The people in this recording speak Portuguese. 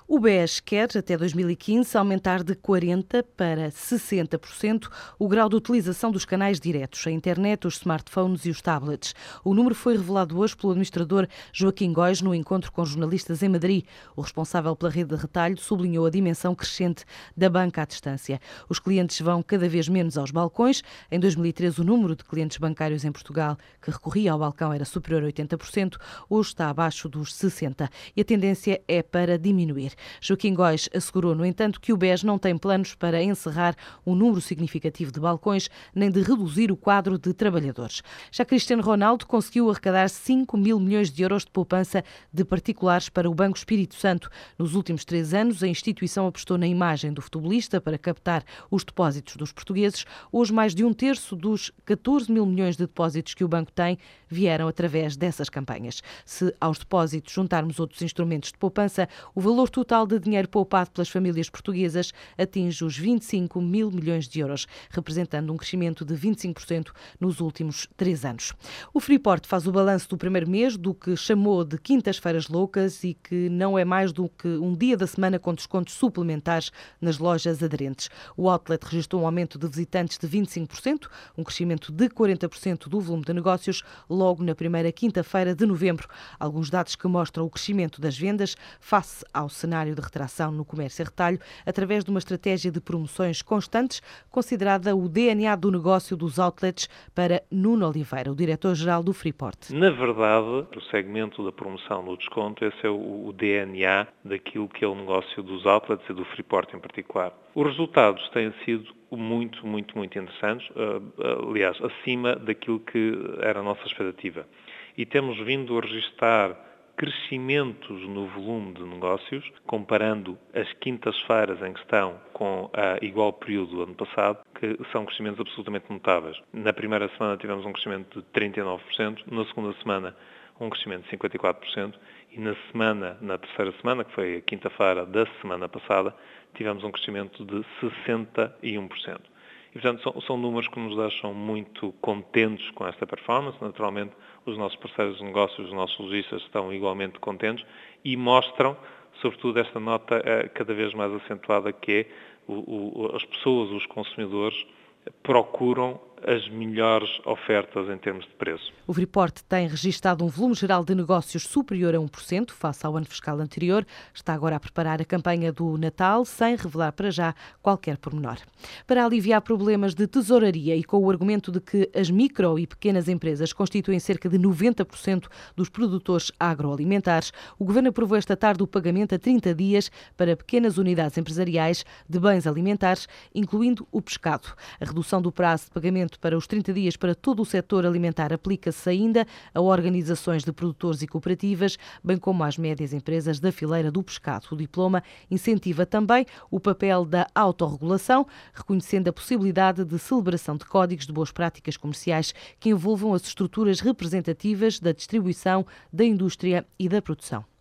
O BES quer, até 2015, aumentar de 40% para 60% o grau de utilização dos canais diretos, a internet, os smartphones e os tablets. O número foi revelado hoje pelo administrador Joaquim Góis no encontro com jornalistas em Madrid. O responsável pela rede de retalho sublinhou a dimensão crescente da banca à distância. Os clientes vão cada vez menos aos balcões. Em 2013, o número de clientes bancários em Portugal que recorria ao balcão era superior a 80%, hoje está abaixo dos 60%. E a tendência é para diminuir. Joaquim Góis assegurou, no entanto, que o BES não tem planos para encerrar um número significativo de balcões nem de reduzir o quadro de trabalhadores. Já Cristiano Ronaldo conseguiu arrecadar 5 mil milhões de euros de poupança de particulares para o Banco Espírito Santo. Nos últimos 3 anos, a instituição apostou na imagem do futebolista para captar os depósitos dos portugueses. Hoje, mais de um terço dos 14 mil milhões de depósitos que o banco tem vieram através dessas campanhas. Se aos depósitos juntarmos outros instrumentos de poupança, o valor total de dinheiro poupado pelas famílias portuguesas atinge os 25 mil milhões de euros, representando um crescimento de 25% nos últimos 3 anos. O Freeport faz o balanço do primeiro mês do que chamou de quintas-feiras loucas e que não é mais do que um dia da semana com descontos suplementares nas lojas aderentes. O outlet registrou um aumento de visitantes de 25%, um crescimento de 40% do volume de negócios logo na primeira quinta-feira de novembro. Alguns dados que mostram o crescimento das vendas face ao cenário de retração no comércio a retalho, através de uma estratégia de promoções constantes, considerada o DNA do negócio dos outlets para Nuno Oliveira, o diretor-geral do Freeport. Na verdade, o segmento da promoção do desconto, esse é o DNA daquilo que é o negócio dos outlets e do Freeport em particular. Os resultados têm sido muito interessantes, aliás, acima daquilo que era a nossa expectativa. E temos vindo a registrar crescimentos no volume de negócios, comparando as quintas-feiras em questão com a igual período do ano passado, que são crescimentos absolutamente notáveis. Na primeira semana tivemos um crescimento de 39%, na segunda semana um crescimento de 54% e na terceira semana, que foi a quinta-feira da semana passada, tivemos um crescimento de 61%. E, portanto, são números que nos deixam muito contentes com esta performance. Naturalmente, os nossos parceiros de negócios, os nossos lojistas estão igualmente contentes e mostram, sobretudo, esta nota cada vez mais acentuada que é as pessoas, os consumidores, procuram as melhores ofertas em termos de preço. O Freeport tem registado um volume geral de negócios superior a 1% face ao ano fiscal anterior. Está agora a preparar a campanha do Natal, sem revelar para já qualquer pormenor. Para aliviar problemas de tesouraria e com o argumento de que as micro e pequenas empresas constituem cerca de 90% dos produtores agroalimentares, o Governo aprovou esta tarde o pagamento a 30 dias para pequenas unidades empresariais de bens alimentares, incluindo o pescado. A redução do prazo de pagamento para os 30 dias para todo o setor alimentar aplica-se ainda a organizações de produtores e cooperativas, bem como às médias empresas da fileira do pescado. O diploma incentiva também o papel da autorregulação, reconhecendo a possibilidade de celebração de códigos de boas práticas comerciais que envolvam as estruturas representativas da distribuição, da indústria e da produção.